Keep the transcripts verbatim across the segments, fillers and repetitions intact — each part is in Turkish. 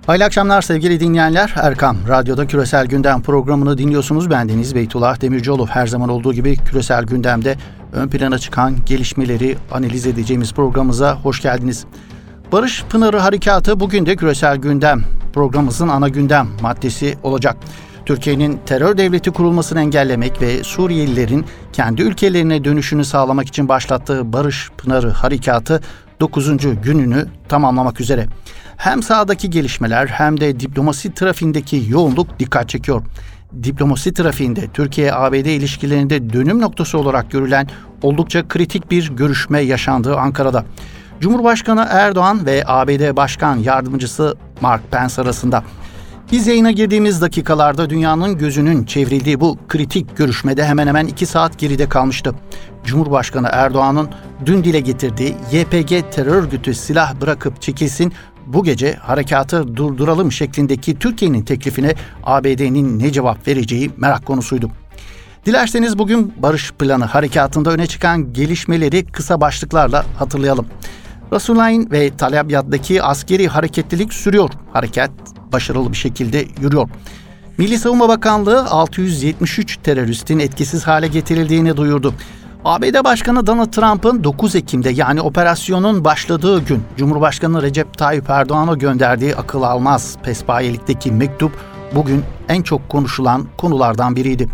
Hayırlı akşamlar sevgili dinleyenler. Erkam Radyo'da Küresel Gündem programını dinliyorsunuz. Bendeniz Beytullah Demircioğlu. Her zaman olduğu gibi küresel gündemde ön plana çıkan gelişmeleri analiz edeceğimiz programımıza hoş geldiniz. Barış Pınarı Harekatı bugün de Küresel Gündem programımızın ana gündem maddesi olacak. Türkiye'nin terör devleti kurulmasını engellemek ve Suriyelilerin kendi ülkelerine dönüşünü sağlamak için başlattığı Barış Pınarı Harekatı dokuzuncu gününü tamamlamak üzere. Hem sahadaki gelişmeler hem de diplomasi trafiğindeki yoğunluk dikkat çekiyor. Diplomasi trafiğinde Türkiye-A B D ilişkilerinde dönüm noktası olarak görülen oldukça kritik bir görüşme yaşandığı Ankara'da. Cumhurbaşkanı Erdoğan ve A B D Başkan Yardımcısı Mark Pence arasında. Biz yayına girdiğimiz dakikalarda dünyanın gözünün çevrildiği bu kritik görüşmede hemen hemen iki saat geride kalmıştı. Cumhurbaşkanı Erdoğan'ın dün dile getirdiği Y P G terör örgütü silah bırakıp çekilsin, bu gece harekatı durduralım şeklindeki Türkiye'nin teklifine A B D'nin ne cevap vereceği merak konusuydu. Dilerseniz bugün Barış Planı Harekatı'nda öne çıkan gelişmeleri kısa başlıklarla hatırlayalım. Rasulayn ve Tel Abyad'daki askeri hareketlilik sürüyor. Harekat başarılı bir şekilde yürüyor. Milli Savunma Bakanlığı altı yüz yetmiş üç teröristin etkisiz hale getirildiğini duyurdu. A B D Başkanı Donald Trump'ın dokuz Ekim'de yani operasyonun başladığı gün Cumhurbaşkanı Recep Tayyip Erdoğan'a gönderdiği akıl almaz pespayelikteki mektup bugün en çok konuşulan konulardan biriydi.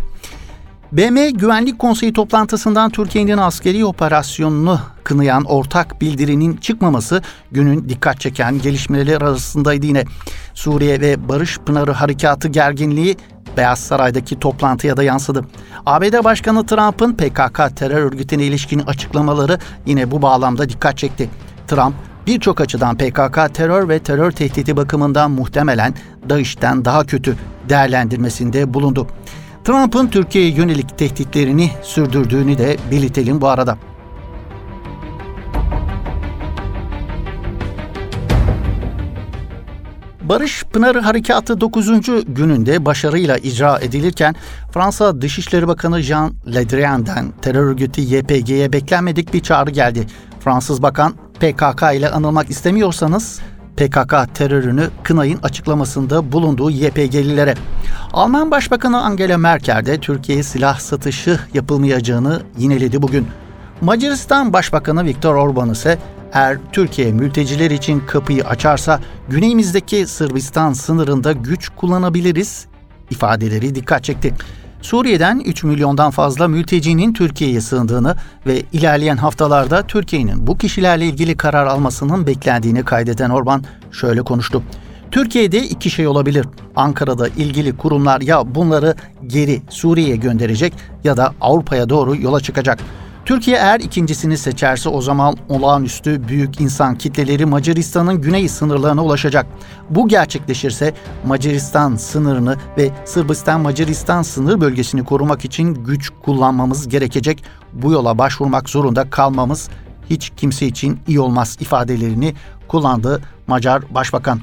B M Güvenlik Konseyi toplantısından Türkiye'nin askeri operasyonunu kınayan ortak bildirinin çıkmaması günün dikkat çeken gelişmeler arasındaydı yine. Suriye ve Barış Pınarı Harekatı gerginliği Beyaz Saray'daki toplantıya da yansıdı. A B D Başkanı Trump'ın P K K terör örgütüne ilişkin açıklamaları yine bu bağlamda dikkat çekti. Trump birçok açıdan P K K terör ve terör tehdidi bakımından muhtemelen DAEŞ'ten daha kötü değerlendirmesinde bulundu. Trump'ın Türkiye'ye yönelik tehditlerini sürdürdüğünü de belirtelim bu arada. Barış Pınarı Harekatı dokuzuncu gününde başarıyla icra edilirken Fransa Dışişleri Bakanı Jean Le Drian'dan terör örgütü Y P G'ye beklenmedik bir çağrı geldi. Fransız Bakan, P K K ile anılmak istemiyorsanız P K K terörünü kınayın açıklamasında bulunduğu Y P G'lilere. Alman Başbakanı Angela Merkel de Türkiye'ye silah satışı yapılmayacağını yineledi bugün. Macaristan Başbakanı Viktor Orban ise eğer Türkiye mülteciler için kapıyı açarsa güneyimizdeki Sırbistan sınırında güç kullanabiliriz ifadeleri dikkat çekti. Suriye'den üç milyondan fazla mültecinin Türkiye'ye sığındığını ve ilerleyen haftalarda Türkiye'nin bu kişilerle ilgili karar almasının beklendiğini kaydeden Orban şöyle konuştu. Türkiye'de iki şey olabilir. Ankara'da ilgili kurumlar ya bunları geri Suriye'ye gönderecek ya da Avrupa'ya doğru yola çıkacak. Türkiye eğer ikincisini seçerse o zaman olağanüstü büyük insan kitleleri Macaristan'ın güney sınırlarına ulaşacak. Bu gerçekleşirse Macaristan sınırını ve Sırbistan-Macaristan sınır bölgesini korumak için güç kullanmamız gerekecek. Bu yola başvurmak zorunda kalmamız hiç kimse için iyi olmaz ifadelerini kullandı Macar Başbakan.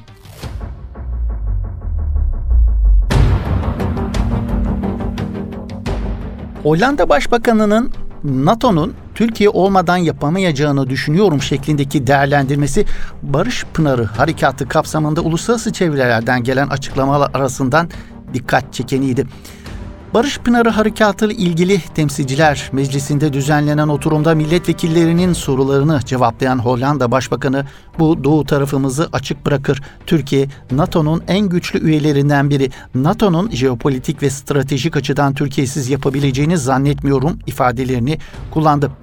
Hollanda Başbakanı'nın NATO'nun Türkiye olmadan yapamayacağını düşünüyorum şeklindeki değerlendirmesi Barış Pınarı Harekatı kapsamında uluslararası çevrelerden gelen açıklamalar arasından dikkat çekeniydi. Barış Pınarı Harekatı ile ilgili Temsilciler Meclisi'nde düzenlenen oturumda milletvekillerinin sorularını cevaplayan Hollanda Başbakanı bu doğu tarafımızı açık bırakır. Türkiye NATO'nun en güçlü üyelerinden biri. NATO'nun jeopolitik ve stratejik açıdan Türkiye'siz yapabileceğini zannetmiyorum ifadelerini kullandı.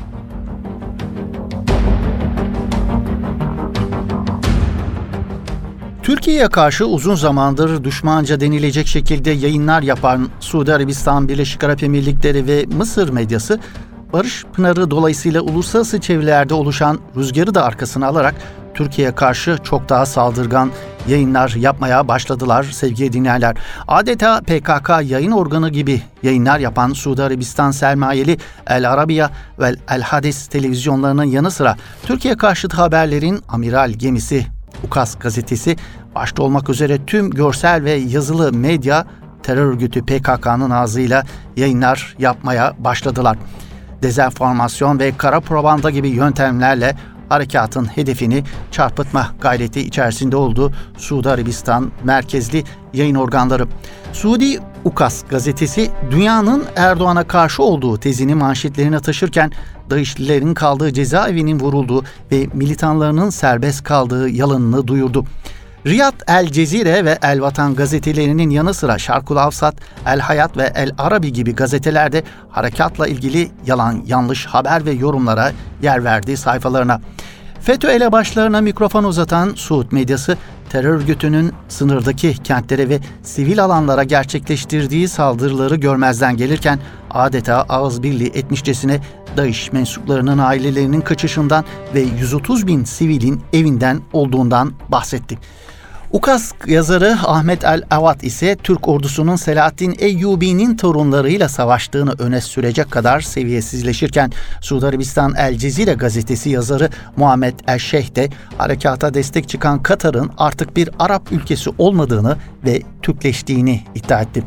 Türkiye'ye karşı uzun zamandır düşmanca denilecek şekilde yayınlar yapan Suudi Arabistan, Birleşik Arap Emirlikleri ve Mısır medyası, Barış Pınarı dolayısıyla uluslararası çevrelerde oluşan rüzgarı da arkasına alarak Türkiye'ye karşı çok daha saldırgan yayınlar yapmaya başladılar sevgili dinleyenler. Adeta P K K yayın organı gibi yayınlar yapan Suudi Arabistan sermayeli El Arabiya ve El Hadis televizyonlarının yanı sıra Türkiye karşıtı haberlerin amiral gemisi Ukas gazetesi başta olmak üzere tüm görsel ve yazılı medya terör örgütü P K K'nın ağzıyla yayınlar yapmaya başladılar. Dezenformasyon ve kara propaganda gibi yöntemlerle harekatın hedefini çarpıtma gayreti içerisinde oldu Suudi Arabistan merkezli yayın organları. Suudi Ukas gazetesi dünyanın Erdoğan'a karşı olduğu tezini manşetlerine taşırken DAEŞ'lilerin kaldığı cezaevinin vurulduğu ve militanlarının serbest kaldığı yalanını duyurdu. Riyad El Cezire ve El Vatan gazetelerinin yanı sıra Şarkul Avsat, El Hayat ve El Arabi gibi gazetelerde harekatla ilgili yalan, yanlış haber ve yorumlara yer verdi sayfalarına. FETÖ elebaşlarına mikrofon uzatan Suud medyası, terör örgütünün sınırdaki kentlere ve sivil alanlara gerçekleştirdiği saldırıları görmezden gelirken adeta ağız birliği etmişçesine DAEŞ mensuplarının ailelerinin kaçışından ve yüz otuz bin sivilin evinden olduğundan bahsetti. Ukas yazarı Ahmet El-Avat ise Türk ordusunun Selahaddin Eyyubi'nin torunlarıyla savaştığını öne sürecek kadar seviyesizleşirken Suudi Arabistan El Cezire gazetesi yazarı Muhammed El-Şeyh de harekata destek çıkan Katar'ın artık bir Arap ülkesi olmadığını ve Türkleştiğini iddia etti.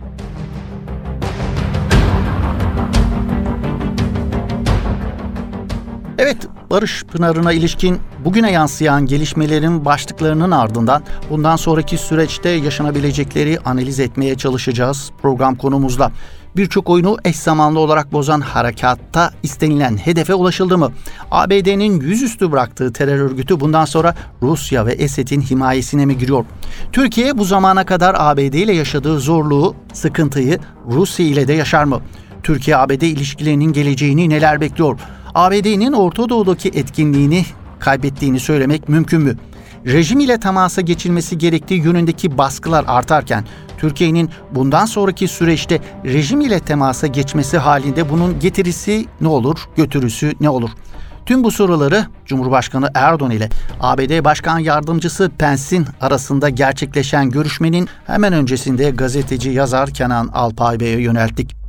Evet, Barış Pınarı'na ilişkin bugüne yansıyan gelişmelerin başlıklarının ardından bundan sonraki süreçte yaşanabilecekleri analiz etmeye çalışacağız program konumuzla. Birçok oyunu eş zamanlı olarak bozan harekatta istenilen hedefe ulaşıldı mı? A B D'nin yüzüstü bıraktığı terör örgütü bundan sonra Rusya ve Esed'in himayesine mi giriyor? Türkiye bu zamana kadar A B D ile yaşadığı zorluğu, sıkıntıyı Rusya ile de yaşar mı? Türkiye-A B D ilişkilerinin geleceğini neler bekliyor? A B D'nin Orta Doğu'daki etkinliğini kaybettiğini söylemek mümkün mü? Rejim ile temasa geçilmesi gerektiği yönündeki baskılar artarken Türkiye'nin bundan sonraki süreçte rejim ile temasa geçmesi halinde bunun getirisi ne olur, götürüsü ne olur? Tüm bu soruları Cumhurbaşkanı Erdoğan ile A B D Başkan Yardımcısı Pence'in arasında gerçekleşen görüşmenin hemen öncesinde gazeteci yazar Kenan Alpay Bey'e yönelttik.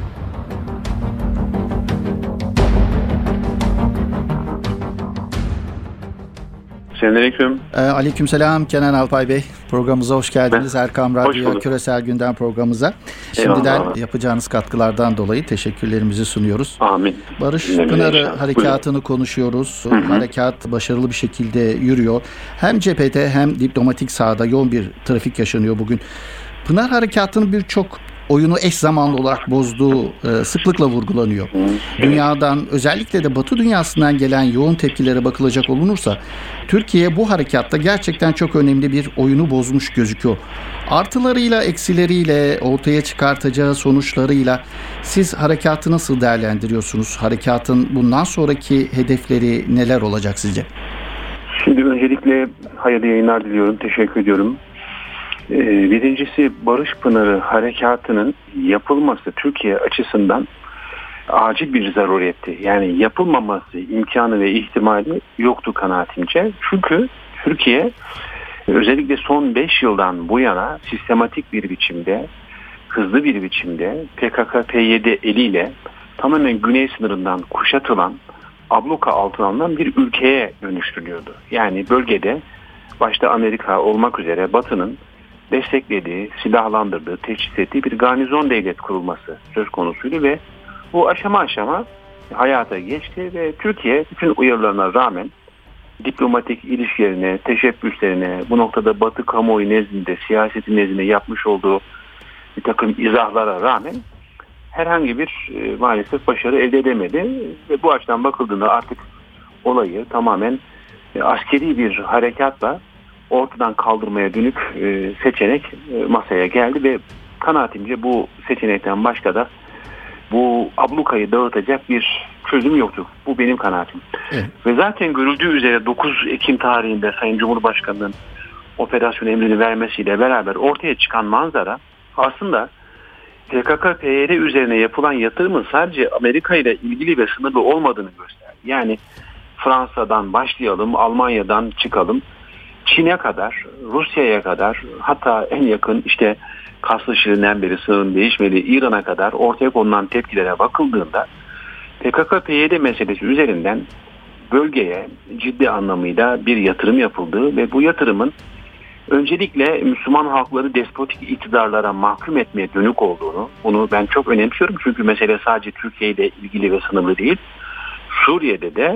Selamünaleyküm. Ee, aleykümselam Kenan Alpay Bey. Programımıza hoş geldiniz. Ben, Erkam Radyo Küresel Gündem programımıza. Şimdiden Eyvallah. Yapacağınız katkılardan dolayı teşekkürlerimizi sunuyoruz. Amin. Barış Pınarı harekatını Buyurun. konuşuyoruz. Hı hı. Harekat başarılı bir şekilde yürüyor. Hem cephede hem diplomatik sahada yoğun bir trafik yaşanıyor bugün. Pınar Harekatı'nın birçok oyunu eş zamanlı olarak bozduğu e, sıklıkla vurgulanıyor. Dünyadan, özellikle de Batı dünyasından gelen yoğun tepkilere bakılacak olunursa Türkiye bu harekatta gerçekten çok önemli bir oyunu bozmuş gözüküyor. Artılarıyla, eksileriyle, ortaya çıkartacağı sonuçlarıyla siz harekatı nasıl değerlendiriyorsunuz? Harekatın bundan sonraki hedefleri neler olacak sizce? Şimdi öncelikle hayırlı yayınlar diliyorum. Teşekkür ediyorum. Birincisi, Barış Pınarı harekatının yapılması Türkiye açısından acil bir zaruretti. Yani yapılmaması imkanı ve ihtimali yoktu kanaatimce. Çünkü Türkiye özellikle son beş yıldan bu yana sistematik bir biçimde, hızlı bir biçimde P K K P Y D eliyle tamamen güney sınırından kuşatılan, abluka altına alınan bir ülkeye dönüştürülüyordu. Yani bölgede başta Amerika olmak üzere Batı'nın desteklediği, silahlandırdığı, teçhiz ettiği bir garnizon devlet kurulması söz konusuydu ve bu aşama aşama hayata geçti ve Türkiye bütün uyarılarına rağmen diplomatik ilişkilerine, teşebbüslerine, bu noktada Batı kamuoyu nezdinde, siyaseti nezdinde yapmış olduğu bir takım izahlara rağmen herhangi bir e, maalesef başarı elde edemedi ve bu açıdan bakıldığında artık olayı tamamen e, askeri bir harekatla ortadan kaldırmaya dönük e, seçenek e, masaya geldi ve kanaatimce bu seçenekten başka da bu ablukayı dağıtacak bir çözüm yoktu. Bu benim kanaatim. Evet. Ve zaten görüldüğü üzere dokuz Ekim tarihinde Sayın Cumhurbaşkanı'nın operasyon emrini vermesiyle beraber ortaya çıkan manzara aslında P K K P Y D üzerine yapılan yatırımın sadece Amerika ile ilgili ve sınırlı olmadığını gösterdi. Yani Fransa'dan başlayalım, Almanya'dan çıkalım, Çin'e kadar, Rusya'ya kadar, hatta en yakın işte Kaslı Şirin'den beri sınırın değişmediği İran'a kadar ortaya konulan tepkilere bakıldığında P K K P Y D meselesi üzerinden bölgeye ciddi anlamıyla bir yatırım yapıldığı ve bu yatırımın öncelikle Müslüman halkları despotik iktidarlara mahkum etmeye dönük olduğunu, bunu ben çok önemsiyorum çünkü mesele sadece Türkiye ile ilgili ve sınırlı değil. Suriye'de de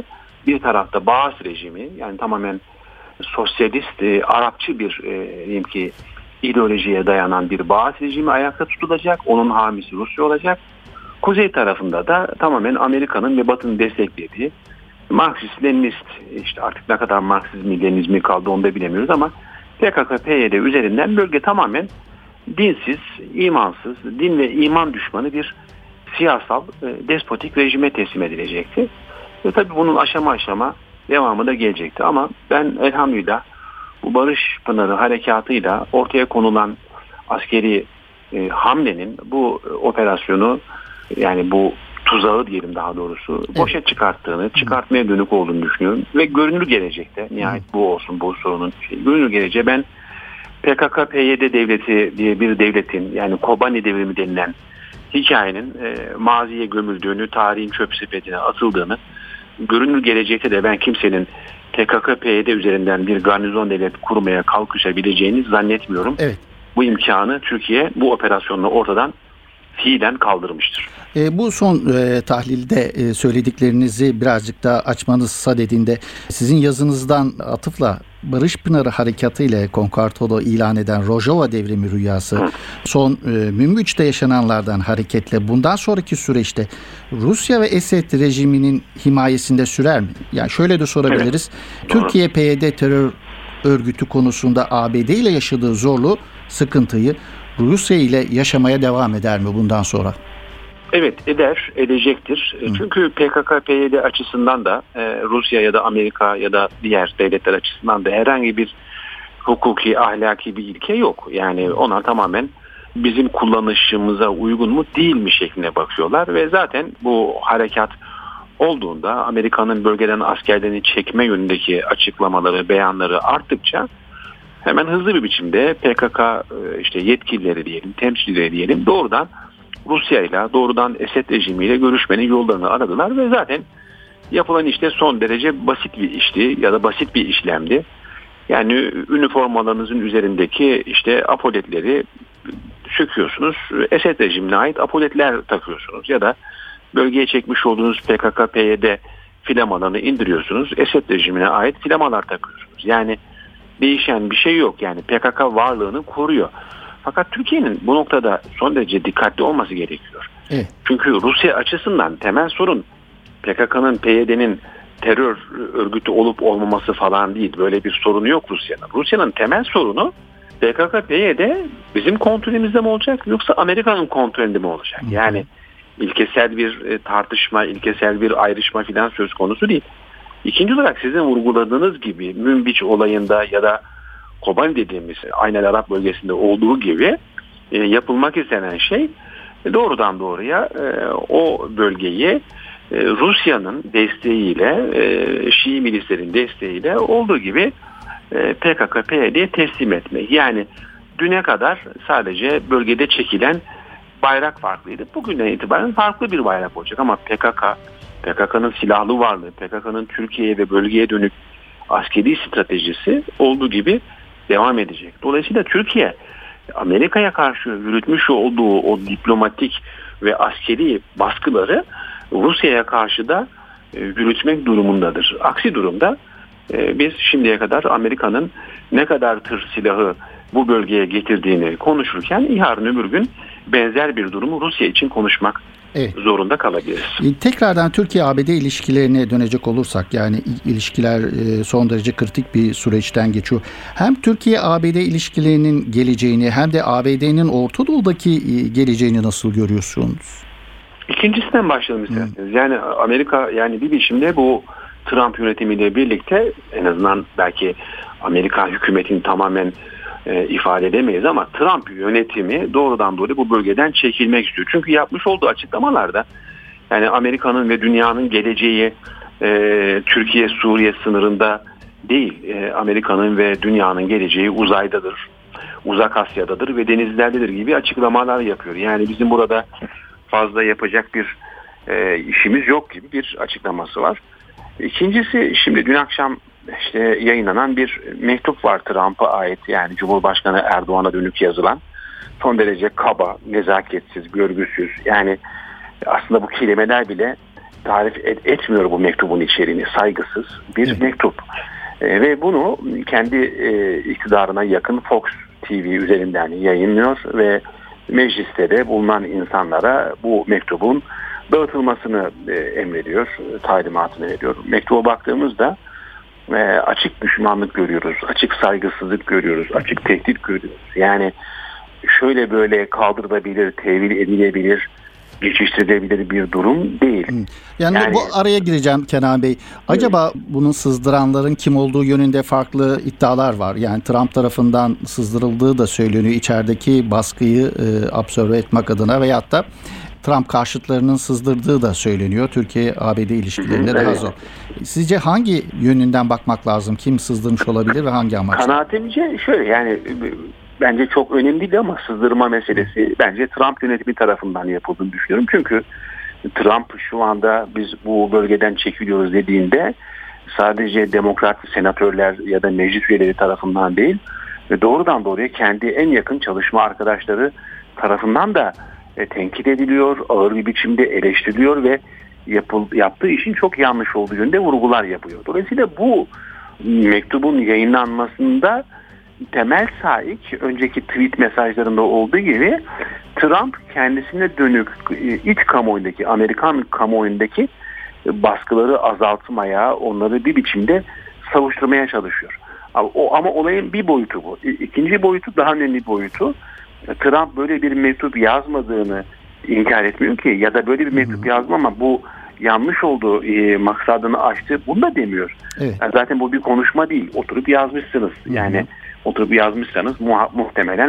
bir tarafta Baas rejimi, yani tamamen sosyalist, e, Arapçı bir e, diyeyim ki ideolojiye dayanan bir Baas rejimi ayakta tutulacak. Onun hamisi Rusya olacak. Kuzey tarafında da tamamen Amerika'nın ve Batı'nın desteklediği Marksist-Leninist, işte artık ne kadar Marksizmi, Leninizmi kaldı onu da bilemiyoruz ama P K K P Y D üzerinden bölge tamamen dinsiz, imansız, din ve iman düşmanı bir siyasal, e, despotik rejime teslim edilecekti. Ve tabii bunun aşama aşama devamı da gelecekti. Ama ben elhamdülillah bu Barış Pınarı harekatıyla ortaya konulan askeri e, hamlenin bu e, operasyonu, yani bu tuzağı diyelim daha doğrusu, evet, boşa çıkarttığını, çıkartmaya dönük olduğunu düşünüyorum. Ve görünür gelecekte, nihayet bu olsun bu sorunun şey, görünür geleceğe ben P K K P Y D devleti diye bir devletin, yani Kobani devrimi denilen hikayenin e, maziye gömüldüğünü, tarihin çöp sepetine atıldığını, görünür gelecekte de ben kimsenin P K K P Y D üzerinden bir garnizon devlet kurmaya kalkışabileceğini zannetmiyorum. Evet. Bu imkanı Türkiye bu operasyonla ortadan fiilen kaldırmıştır. E, bu son e, tahlilde e, söylediklerinizi birazcık daha açmanız sadedinde sizin yazınızdan atıfla Barış Pınarı Harekatı ile Konkartolo ilan eden Rojava devrimi rüyası, Hı. son e, Münbiç'te yaşananlardan hareketle bundan sonraki süreçte Rusya ve Esed rejiminin himayesinde sürer mi? Yani şöyle de sorabiliriz. Evet. Türkiye P Y D terör örgütü konusunda A B D ile yaşadığı zorluğu, sıkıntıyı Rusya ile yaşamaya devam eder mi bundan sonra? Evet, eder, edecektir. Hı. Çünkü P K K P Y D açısından da e, Rusya ya da Amerika ya da diğer devletler açısından da herhangi bir hukuki, ahlaki bir ilke yok. Yani ona tamamen bizim kullanışımıza uygun mu değil mi şeklinde bakıyorlar ve zaten bu harekat olduğunda Amerika'nın bölgeden askerlerini çekme yönündeki açıklamaları, beyanları arttıkça hemen hızlı bir biçimde P K K işte yetkilileri diyelim, temsilcileri diyelim doğrudan Rusya ile, doğrudan Esed rejimiyle görüşmenin yollarını aradılar ve zaten yapılan işte son derece basit bir işti ya da basit bir işlemdi. Yani üniformalarınızın üzerindeki işte apoletleri söküyorsunuz, Esed rejimine ait apoletler takıyorsunuz ya da bölgeye çekmiş olduğunuz P K K P Y D flamalarını indiriyorsunuz, Esed rejimine ait flamalar takıyorsunuz. Yani değişen bir şey yok. Yani P K K varlığını koruyor. Fakat Türkiye'nin bu noktada son derece dikkatli olması gerekiyor. Evet. Çünkü Rusya açısından temel sorun P K K'nın, P Y D'nin terör örgütü olup olmaması falan değil. Böyle bir sorunu yok Rusya'nın. Rusya'nın temel sorunu P K K P Y D bizim kontrolümüzde mi olacak yoksa Amerika'nın kontrolünde mi olacak? Hı-hı. Yani ilkesel bir tartışma, ilkesel bir ayrışma falan söz konusu değil. İkinci olarak sizin vurguladığınız gibi Münbiç olayında ya da Kobani dediğimiz Aynel Arap bölgesinde olduğu gibi e, yapılmak istenen şey e, doğrudan doğruya e, o bölgeyi e, Rusya'nın desteğiyle, e, Şii milislerin desteğiyle olduğu gibi e, P K K P Y D'ye teslim etmek. Yani düne kadar sadece bölgede çekilen bayrak farklıydı. Bugünden itibaren farklı bir bayrak olacak ama P K K, P K K'nın silahlı varlığı, P K K'nın Türkiye'ye ve bölgeye dönük askeri stratejisi olduğu gibi devam edecek. Dolayısıyla Türkiye Amerika'ya karşı yürütmüş olduğu o diplomatik ve askeri baskıları Rusya'ya karşı da e, yürütmek durumundadır. Aksi durumda e, biz şimdiye kadar Amerika'nın ne kadar tır silahı bu bölgeye getirdiğini konuşurken yarın öbür gün benzer bir durumu Rusya için konuşmak evet. zorunda kalabiliriz. Tekrardan Türkiye-A B D ilişkilerine dönecek olursak, yani ilişkiler son derece kritik bir süreçten geçiyor. Hem Türkiye-A B D ilişkilerinin geleceğini hem de A B D'nin Orta Doğu'daki geleceğini nasıl görüyorsunuz? İkincisinden başlayalım isterseniz. Hmm. Yani Amerika yani bir biçimde bu Trump yönetimiyle birlikte en azından belki Amerika hükümetini tamamen E, ifade edemeyiz ama Trump yönetimi doğrudan doğru bu bölgeden çekilmek istiyor. Çünkü yapmış olduğu açıklamalarda yani Amerika'nın ve dünyanın geleceği e, Türkiye-Suriye sınırında değil. E, Amerika'nın ve dünyanın geleceği uzaydadır, Uzak Asya'dadır ve denizlerdedir gibi açıklamalar yapıyor. Yani bizim burada fazla yapacak bir e, işimiz yok gibi bir açıklaması var. İkincisi, şimdi dün akşam İşte yayınlanan bir mektup var Trump'a ait, yani Cumhurbaşkanı Erdoğan'a dönük yazılan, son derece kaba, nezaketsiz, görgüsüz, yani aslında bu kelimeler bile tarif et, etmiyor bu mektubun içeriğini. Saygısız bir evet. mektup. E, ve bunu kendi e, iktidarına yakın Fox T V üzerinden yayınlıyor ve mecliste de bulunan insanlara bu mektubun dağıtılmasını e, emrediyor, talimatını veriyor. Mektuba baktığımızda e, açık düşmanlık görüyoruz, açık saygısızlık görüyoruz, açık tehdit görüyoruz. Yani şöyle böyle kaldırılabilir, tevil edilebilir, geçiştirilebilir bir durum değil. Yani, yani bu araya gireceğim Kenan Bey. Acaba evet. bunun sızdıranların kim olduğu yönünde farklı iddialar var. Yani Trump tarafından sızdırıldığı da söyleniyor. İçerideki baskıyı e, absorbe etmek adına veyahut da Trump karşıtlarının sızdırdığı da söyleniyor. Türkiye-A B D ilişkilerinde evet. daha zor. Sizce hangi yönünden bakmak lazım? Kim sızdırmış olabilir ve hangi amaçla? Kanaatimce şöyle, yani bence çok önemli değil ama sızdırma meselesi bence Trump yönetimi tarafından yapıldığını düşünüyorum. Çünkü Trump şu anda biz bu bölgeden çekiliyoruz dediğinde sadece demokrat senatörler ya da meclis üyeleri tarafından değil ve doğrudan doğruya kendi en yakın çalışma arkadaşları tarafından da e, tenkit ediliyor, ağır bir biçimde eleştiriliyor ve yapıl, yaptığı işin çok yanlış olduğu yönde vurgular yapıyor. Dolayısıyla bu mektubun yayınlanmasında temel sahip önceki tweet mesajlarında olduğu gibi Trump kendisine dönük iç kamuoyundaki, Amerikan kamuoyundaki baskıları azaltmaya, onları bir biçimde savuşturmaya çalışıyor. Ama, o, ama olayın bir boyutu bu. İkinci boyutu, daha önemli boyutu, Trump böyle bir mektup yazmadığını inkar etmiyor ki, ya da böyle bir mektup yazma ama bu yanlış oldu, e, maksadını aştı, bunu da demiyor. Evet. Yani zaten bu bir konuşma değil, oturup yazmışsınız. Hı hı. Yani oturup yazmışsanız muha- muhtemelen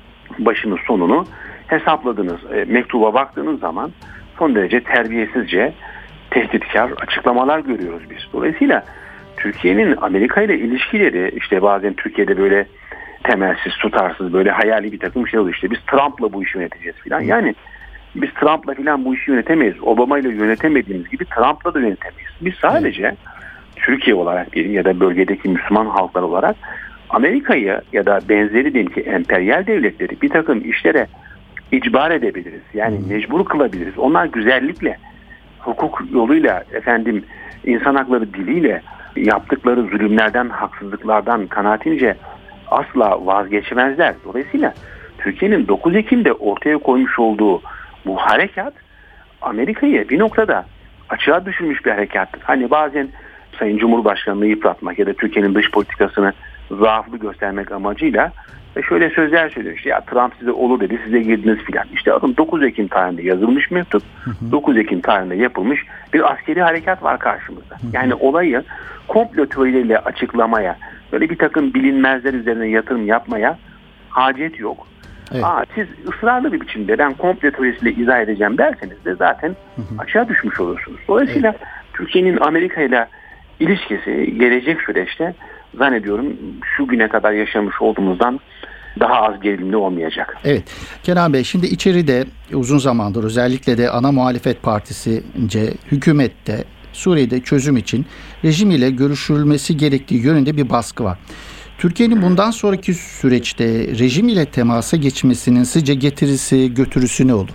başını sonunu hesapladınız. E, mektuba baktığınız zaman son derece terbiyesizce, tehditkar açıklamalar görüyoruz biz. Dolayısıyla Türkiye'nin Amerika ile ilişkileri, işte bazen Türkiye'de böyle temelsiz, tutarsız, böyle hayali bir takım şey oluyor. İşte biz Trump'la bu işi yöneteceğiz filan. Yani biz Trump'la filan bu işi yönetemeyiz. Obama ile yönetemediğimiz gibi Trump'la da yönetemeyiz. Biz sadece evet. Türkiye olarak diyelim ya da bölgedeki Müslüman halklar olarak Amerika'yı ya da benzeri diyelim ki emperyal devletleri bir takım işlere icbar edebiliriz. Yani hmm. mecbur kılabiliriz. Onlar güzellikle, hukuk yoluyla, efendim insan hakları diliyle yaptıkları zulümlerden, haksızlıklardan kanaatimce asla vazgeçmezler. Dolayısıyla Türkiye'nin dokuz Ekim'de ortaya koymuş olduğu bu harekat Amerika'yı bir noktada açığa düşürmüş bir harekattır. Hani bazen Sayın Cumhurbaşkanı'nı yıpratmak ya da Türkiye'nin dış politikasını zaaflı göstermek amacıyla ve şöyle sözler söylüyor. İşte ya Trump size olur dedi, size girdiniz filan. İşte adım dokuz Ekim tarihinde yazılmış mektup, hı hı. dokuz Ekim tarihinde yapılmış bir askeri harekat var karşımızda. Hı hı. Yani olayı komplo teorileriyle açıklamaya, böyle bir takım bilinmezler üzerine yatırım yapmaya hacet yok. Evet. Aa, siz ısrarlı bir biçimde ben komplo teorisiyle izah edeceğim derseniz de zaten hı hı. açığa düşmüş olursunuz. Dolayısıyla evet. Türkiye'nin Amerika ile ilişkisi gelecek süreçte zannediyorum şu güne kadar yaşamış olduğumuzdan daha az gerilimli olmayacak. Evet. Kenan Bey, şimdi içeride uzun zamandır özellikle de ana muhalefet partisince hükümette Suriye'de çözüm için rejim ile görüşülmesi gerektiği yönünde bir baskı var. Türkiye'nin bundan sonraki süreçte rejim ile temasa geçmesinin sizce getirisi, götürüsü ne olur?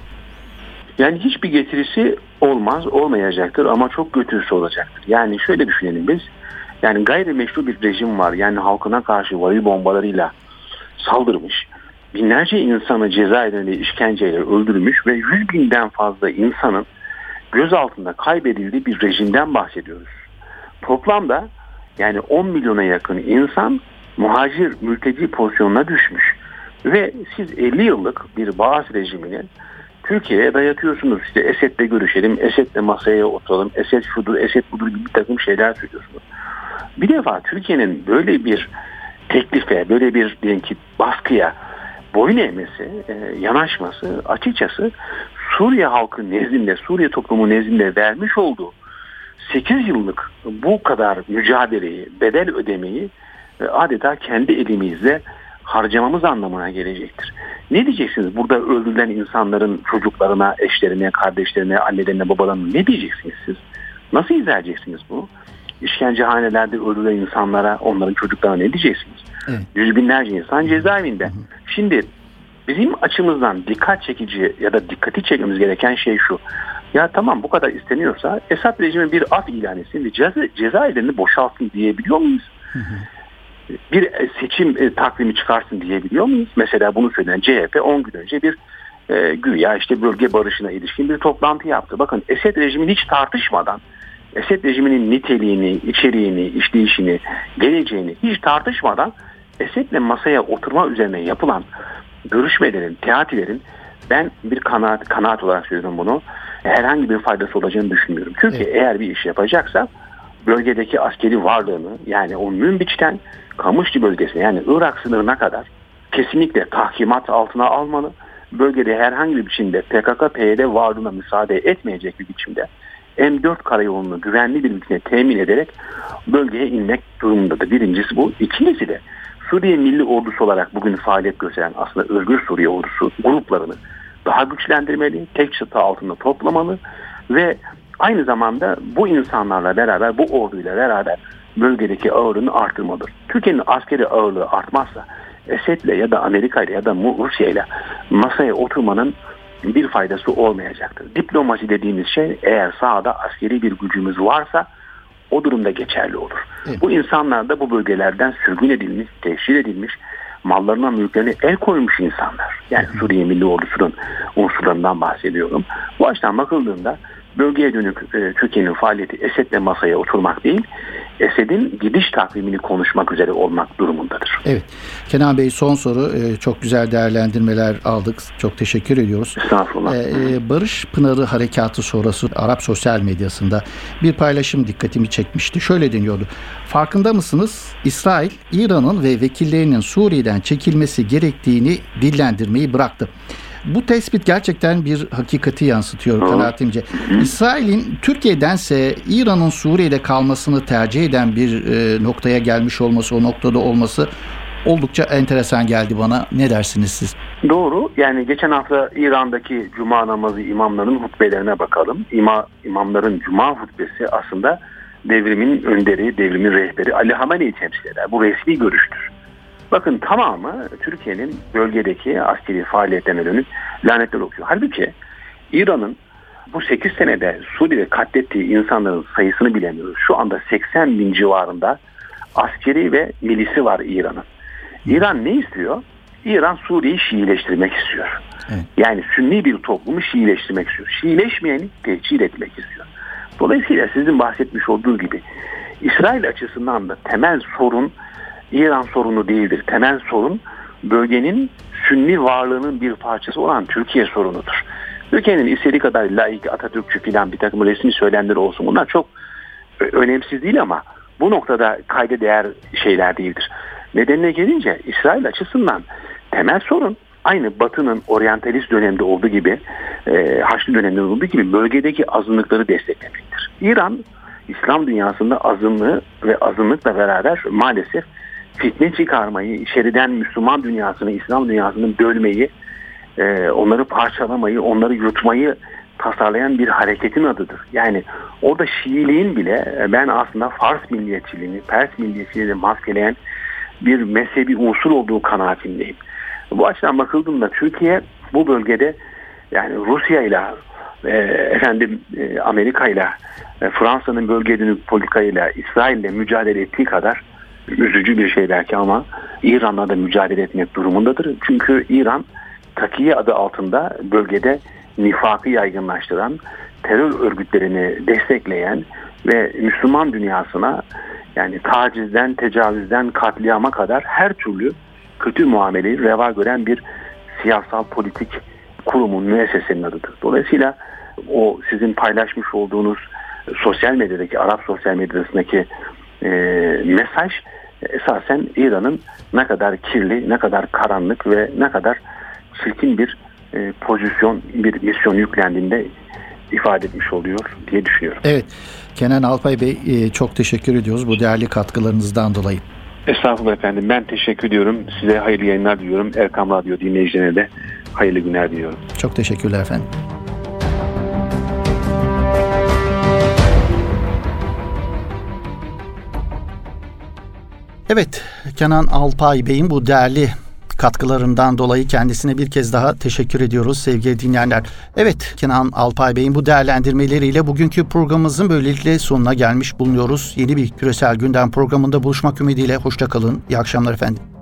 Yani hiçbir getirisi olmaz, olmayacaktır ama çok götürüsü olacaktır. Yani şöyle düşünelim biz. Yani gayrimeşru bir rejim var. Yani halkına karşı varil bombalarıyla saldırmış. Binlerce insanı cezaevinde işkenceyle öldürmüş ve yüz binden fazla insanın gözaltında kaybedildiği bir rejimden bahsediyoruz. Toplamda yani on milyona yakın insan muhacir, mülteci pozisyonuna düşmüş. Ve siz elli yıllık bir Baas rejimini Türkiye'ye dayatıyorsunuz. İşte Esed'le görüşelim, Esed'le masaya oturalım, Esed şudur, Esed budur gibi bir takım şeyler söylüyorsunuz. Bir defa Türkiye'nin böyle bir teklife, böyle bir diyelim ki baskıya boyun eğmesi, e, yanaşması açıkçası Suriye halkı nezdinde, Suriye toplumu nezdinde vermiş olduğu sekiz yıllık bu kadar mücadeleyi, bedel ödemeyi e, adeta kendi elimizle harcamamız anlamına gelecektir. Ne diyeceksiniz? Burada öldürülen insanların çocuklarına, eşlerine, kardeşlerine, annelerine, babalarına ne diyeceksiniz siz? Nasıl izah edeceksiniz bunu? İşkencehanelerde öldürülen insanlara, onların çocuklarına ne diyeceksiniz? Evet. Yüz binlerce insan cezaevinde. Hı hı. Şimdi bizim açımızdan dikkat çekici ya da dikkati çekmemiz gereken şey şu. Ya tamam, bu kadar isteniyorsa Esad rejimi bir af ilan etsin ve ceza, cezaevlerini boşaltsın diyebiliyor muyuz? Hı hı. Bir seçim e, takvimi çıkarsın diyebiliyor muyuz? Mesela bunu söyleyen C H P on gün önce bir e, güya işte bölge barışına ilişkin bir toplantı yaptı. Bakın, Esed rejimini hiç tartışmadan, Esed rejiminin niteliğini, içeriğini, işleyişini, geleceğini hiç tartışmadan Esed'le masaya oturma üzerine yapılan görüşmelerin, teatilerin ben bir kanaat, kanaat olarak söylüyorum bunu, herhangi bir faydası olacağını düşünmüyorum. Türkiye evet. eğer bir iş yapacaksa bölgedeki askeri varlığını, yani o Münbiç'ten Kamışlı bölgesine, yani Irak sınırına kadar kesinlikle tahkimat altına almalı. Bölgede herhangi bir biçimde P K K P Y D varlığına müsaade etmeyecek bir biçimde M dört karayolunu güvenli bir biçimde temin ederek bölgeye inmek durumundadır. Birincisi bu. İkincisi de Suriye Milli Ordusu olarak bugün faaliyet gösteren aslında Özgür Suriye Ordusu gruplarını daha güçlendirmeli, tek çatı altında toplamalı ve aynı zamanda bu insanlarla beraber, bu orduyla beraber bölgedeki ağırlığını artırmalıdır. Türkiye'nin askeri ağırlığı artmazsa Esed'le ya da Amerika'yla ya da Rusya'yla masaya oturmanın bir faydası olmayacaktır. Diplomasi dediğimiz şey, eğer sahada askeri bir gücümüz varsa o durumda geçerli olur. Evet. Bu insanlar da bu bölgelerden sürgün edilmiş, teşhir edilmiş, mallarına, mülklerine el koymuş insanlar. Yani evet. Suriye Milli Ordusu'nun unsurlarından bahsediyorum. Bu açıdan bakıldığında bölgeye dönük e, Türkiye'nin faaliyeti Esed'le masaya oturmak değil, Esed'in gidiş takvimini konuşmak üzere olmak durumundadır. Evet. Kenan Bey, son soru. Ee, çok güzel değerlendirmeler aldık. Çok teşekkür ediyoruz. Estağfurullah. Ee, Barış Pınarı Harekatı sonrası Arap sosyal medyasında bir paylaşım dikkatimi çekmişti. Şöyle deniyordu. Farkında mısınız? İsrail, İran'ın ve vekillerinin Suriye'den çekilmesi gerektiğini dillendirmeyi bıraktı. Bu tespit gerçekten bir hakikati yansıtıyor kanaatimce. İsrail'in Türkiye'dense İran'ın Suriye'de kalmasını tercih eden bir e, noktaya gelmiş olması, o noktada olması oldukça enteresan geldi bana. Ne dersiniz siz? Doğru. Yani geçen hafta İran'daki Cuma namazı imamlarının hutbelerine bakalım. İma, imamların Cuma hutbesi aslında devrimin önderi, devrimin rehberi Ali Hamene'yi temsil eder. Bu resmi görüştür. Bakın, tamamı Türkiye'nin bölgedeki askeri faaliyetlerine dönük lanetler okuyor. Halbuki İran'ın bu sekiz senede Suriye'de katlettiği insanların sayısını bilemiyoruz. Şu anda seksen bin civarında askeri ve milisi var İran'ın. İran ne istiyor? İran Suriye'yi Şiileştirmek istiyor. Evet. Yani Sünni bir toplumu Şiileştirmek istiyor. Şiileşmeyeni tehcir etmek istiyor. Dolayısıyla sizin bahsetmiş olduğu gibi İsrail açısından da temel sorun İran sorunu değildir. Temel sorun bölgenin Sünni varlığının bir parçası olan Türkiye sorunudur. Türkiye'nin istediği kadar laik, Atatürkçü filan bir takım resmi söylemleri olsun. Bunlar çok önemsiz değil ama bu noktada kayda değer şeyler değildir. Nedenine gelince İsrail açısından temel sorun aynı Batı'nın oryantalist dönemde olduğu gibi, e, Haçlı döneminde olduğu gibi bölgedeki azınlıkları desteklemektir. İran, İslam dünyasında azınlığı ve azınlıkla beraber maalesef fitne çıkarmayı, içeriden Müslüman dünyasını, İslam dünyasını bölmeyi, e, onları parçalamayı, onları yutmayı tasarlayan bir hareketin adıdır. Yani orada Şiiliğin bile ben aslında Fars milliyetçiliğini, Pers milliyetçiliğini maskeleyen bir mezhebi unsur olduğu kanaatindeyim. Bu açıdan bakıldığında Türkiye bu bölgede, yani Rusya ile e, efendim e, Amerika ile e, Fransa'nın bölge dönük politikayla İsrail ile mücadele ettiği kadar üzücü bir şey belki ama İran'la da mücadele etmek durumundadır. Çünkü İran Takiye adı altında bölgede nifakı yaygınlaştıran, terör örgütlerini destekleyen ve Müslüman dünyasına, yani tacizden, tecavüzden katliama kadar her türlü kötü muameleyi reva gören bir siyasal politik kurumun, müessesenin adıdır. Dolayısıyla o sizin paylaşmış olduğunuz sosyal medyadaki, Arap sosyal medyasındaki e, mesaj esasen İran'ın ne kadar kirli, ne kadar karanlık ve ne kadar çirkin bir e, pozisyon, bir misyon yüklendiğinde ifade etmiş oluyor diye düşünüyorum. Evet. Kenan Alpay Bey, e, çok teşekkür ediyoruz bu değerli katkılarınızdan dolayı. Estağfurullah efendim. Ben teşekkür ediyorum. Size hayırlı yayınlar diliyorum. Erkam Radyo dinleyicilerine de hayırlı günler diliyorum. Çok teşekkürler efendim. Evet, Kenan Alpay Bey'in bu değerli katkılarından dolayı kendisine bir kez daha teşekkür ediyoruz sevgili dinleyenler. Evet, Kenan Alpay Bey'in bu değerlendirmeleriyle bugünkü programımızın böylelikle sonuna gelmiş bulunuyoruz. Yeni bir Küresel Gündem programında buluşmak ümidiyle hoşça kalın. İyi akşamlar efendim.